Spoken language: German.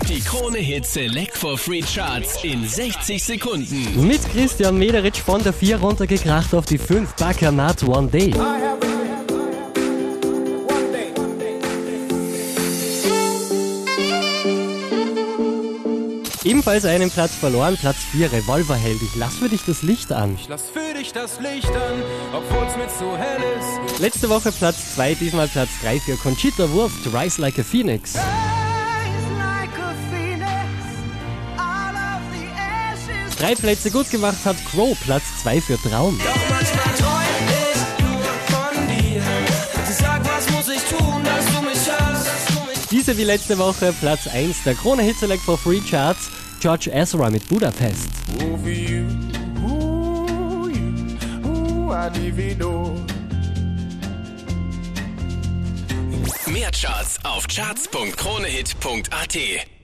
Die Krone Hit Select for Free Charts in 60 Sekunden. Mit Christian Mederitsch von der 4 runtergekracht auf die 5. Bacchanat One Day. Ebenfalls einen Platz verloren, Platz 4, Revolverheld. Ich lass für dich das Licht an. Ich lass für dich das Licht an, obwohl's mir zu hell ist. Letzte Woche Platz 2, diesmal Platz 3 für Conchita Wurst, Rise Like a Phoenix. 3 Plätze gut gemacht hat Crow, Platz 2 für Traum. Doch manchmal träum ich nur von dir. Sag, was muss ich tun, dass du mich hast? Diese wie letzte Woche Platz 1 der Krone Hit Select for Free Charts, George Ezra mit Budapest. Mehr Charts auf charts.kronehit.at.